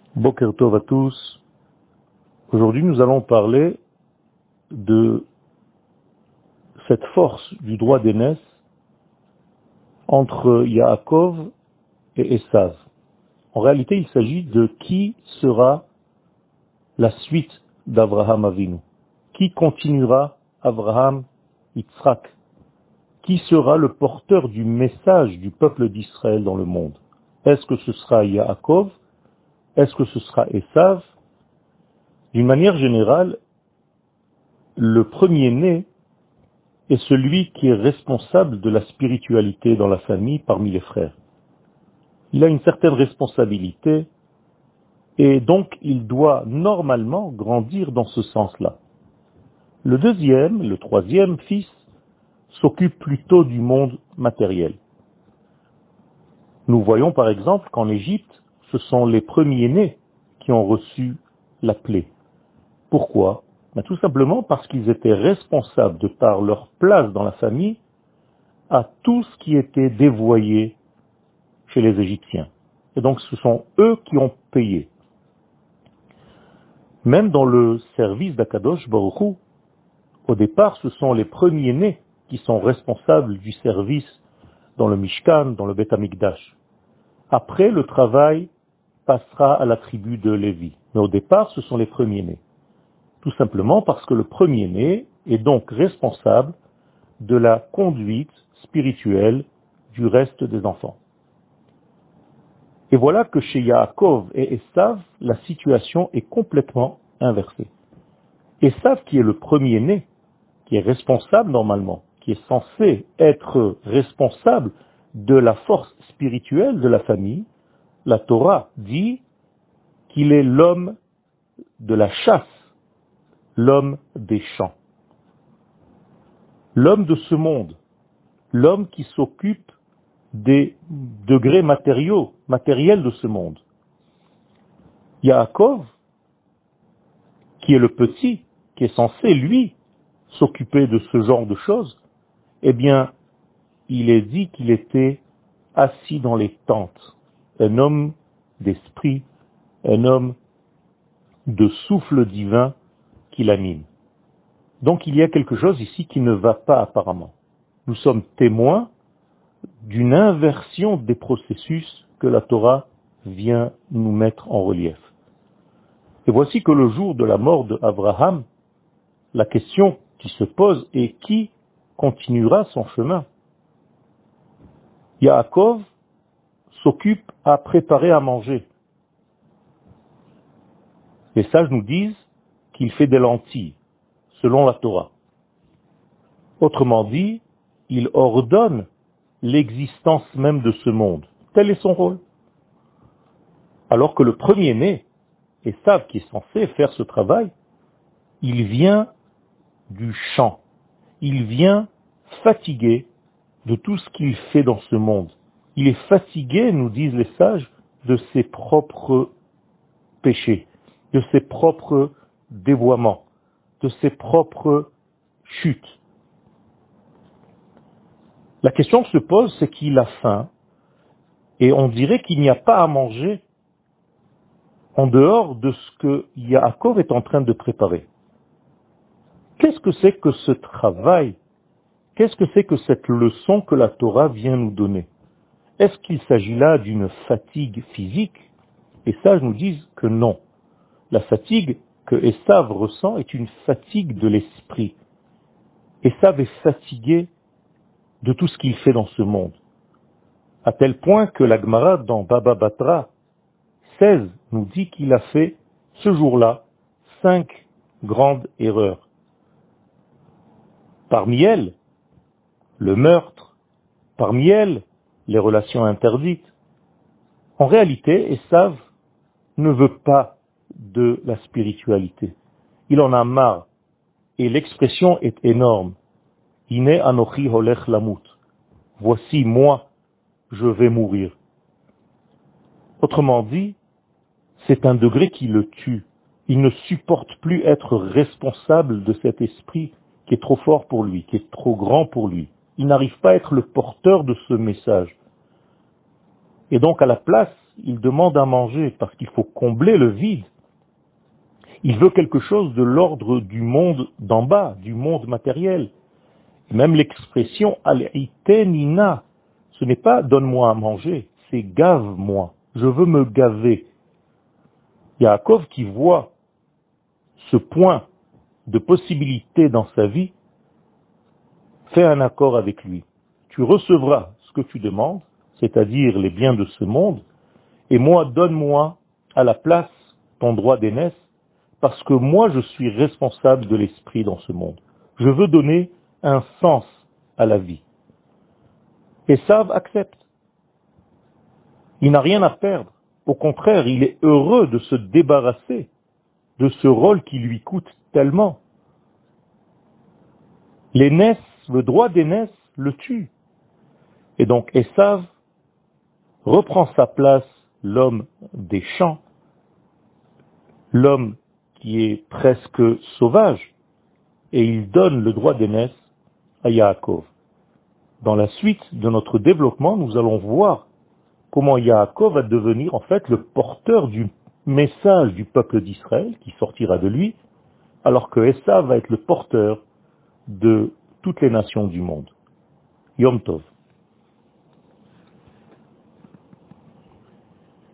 Boker Tov à tous. Aujourd'hui, nous allons parler de cette force du droit d'aînesse entre Yaakov et Esav. En réalité, il s'agit de qui sera la suite d'Abraham Avinu. Qui continuera Abraham, Yitzhak? Qui sera le porteur du message du peuple d'Israël dans le monde? Est-ce que ce sera Yaakov? Est-ce que ce sera Esav? D'une manière générale, le premier-né est celui qui est responsable de la spiritualité dans la famille parmi les frères. Il a une certaine responsabilité et donc il doit normalement grandir dans ce sens-là. Le deuxième, le troisième fils s'occupe plutôt du monde matériel. Nous voyons par exemple qu'en Égypte, ce sont les premiers-nés qui ont reçu la plaie. Pourquoi? Tout simplement parce qu'ils étaient responsables, de par leur place dans la famille, à tout ce qui était dévoyé chez les Égyptiens. Et donc ce sont eux qui ont payé. Même dans le service d'Akadosh Baruch Hu, au départ, ce sont les premiers-nés qui sont responsables du service dans le Mishkan, dans le Beth Amikdash. Après, le travail passera à la tribu de Lévi. Mais au départ, ce sont les premiers-nés. Tout simplement parce que le premier-né est donc responsable de la conduite spirituelle du reste des enfants. Et voilà que chez Yaakov et Esav, la situation est complètement inversée. Esav, qui est le premier-né, qui est responsable normalement, qui est censé être responsable de la force spirituelle de la famille, la Torah dit qu'il est l'homme de la chasse, l'homme des champs, l'homme de ce monde, l'homme qui s'occupe des degrés matériels de ce monde. Yaakov, qui est le petit, qui est censé, lui, s'occuper de ce genre de choses, eh bien, il est dit qu'il était assis dans les tentes, un homme d'esprit, un homme de souffle divin qui l'anime. Donc il y a quelque chose ici qui ne va pas apparemment. Nous sommes témoins d'une inversion des processus que la Torah vient nous mettre en relief. Et voici que le jour de la mort d'Abraham, la question qui se pose est qui continuera son chemin. Yaakov s'occupe à préparer à manger. Les sages nous disent qu'il fait des lentilles, selon la Torah. Autrement dit, il ordonne l'existence même de ce monde. Tel est son rôle. Alors que le premier-né, Esav, qui est censé faire ce travail, il vient du champ. Il vient fatigué de tout ce qu'il fait dans ce monde. Il est fatigué, nous disent les sages, de ses propres péchés, de ses propres dévoiements, de ses propres chutes. La question que se pose, c'est qu'il a faim, et on dirait qu'il n'y a pas à manger en dehors de ce que Yaakov est en train de préparer. Qu'est-ce que c'est que ce travail? Qu'est-ce que c'est que cette leçon que la Torah vient nous donner? Est-ce qu'il s'agit là d'une fatigue physique? Et ça, nous disent que non. La fatigue que Esav ressent est une fatigue de l'esprit. Esav est fatigué de tout ce qu'il fait dans ce monde. À tel point que la Gemara dans Baba Batra 16 nous dit qu'il a fait ce jour-là 5 grandes erreurs. Parmi elles, le meurtre, parmi elles, les relations interdites. En réalité, Esav ne veut pas de la spiritualité. Il en a marre. Et l'expression est énorme. Ine anochi holech lamut. Voici moi, je vais mourir. Autrement dit, c'est un degré qui le tue. Il ne supporte plus être responsable de cet esprit qui est trop fort pour lui, qui est trop grand pour lui. Il n'arrive pas à être le porteur de ce message. Et donc, à la place il demande à manger parce qu'il faut combler le vide. Il veut quelque chose de l'ordre du monde d'en bas, du monde matériel. Même l'expression al-itenina, ce n'est pas donne-moi à manger, c'est gave-moi, je veux me gaver. Yaakov qui voit ce point de possibilité dans sa vie, fait un accord avec lui. Tu recevras ce que tu demandes, c'est-à-dire les biens de ce monde, et moi, donne-moi à la place ton droit d'aînesse, parce que moi, je suis responsable de l'esprit dans ce monde. Je veux donner un sens à la vie. Esav accepte. Il n'a rien à perdre. Au contraire, il est heureux de se débarrasser de ce rôle qui lui coûte tellement. L'aînesse, le droit d'aînesse, le tue. Et donc Esav reprend sa place, l'homme des champs, l'homme qui est presque sauvage, et il donne le droit d'aînesse à Yaakov. Dans la suite de notre développement, nous allons voir comment Yaakov va devenir en fait le porteur du message du peuple d'Israël qui sortira de lui, alors que Esav va être le porteur de toutes les nations du monde. Yom Tov.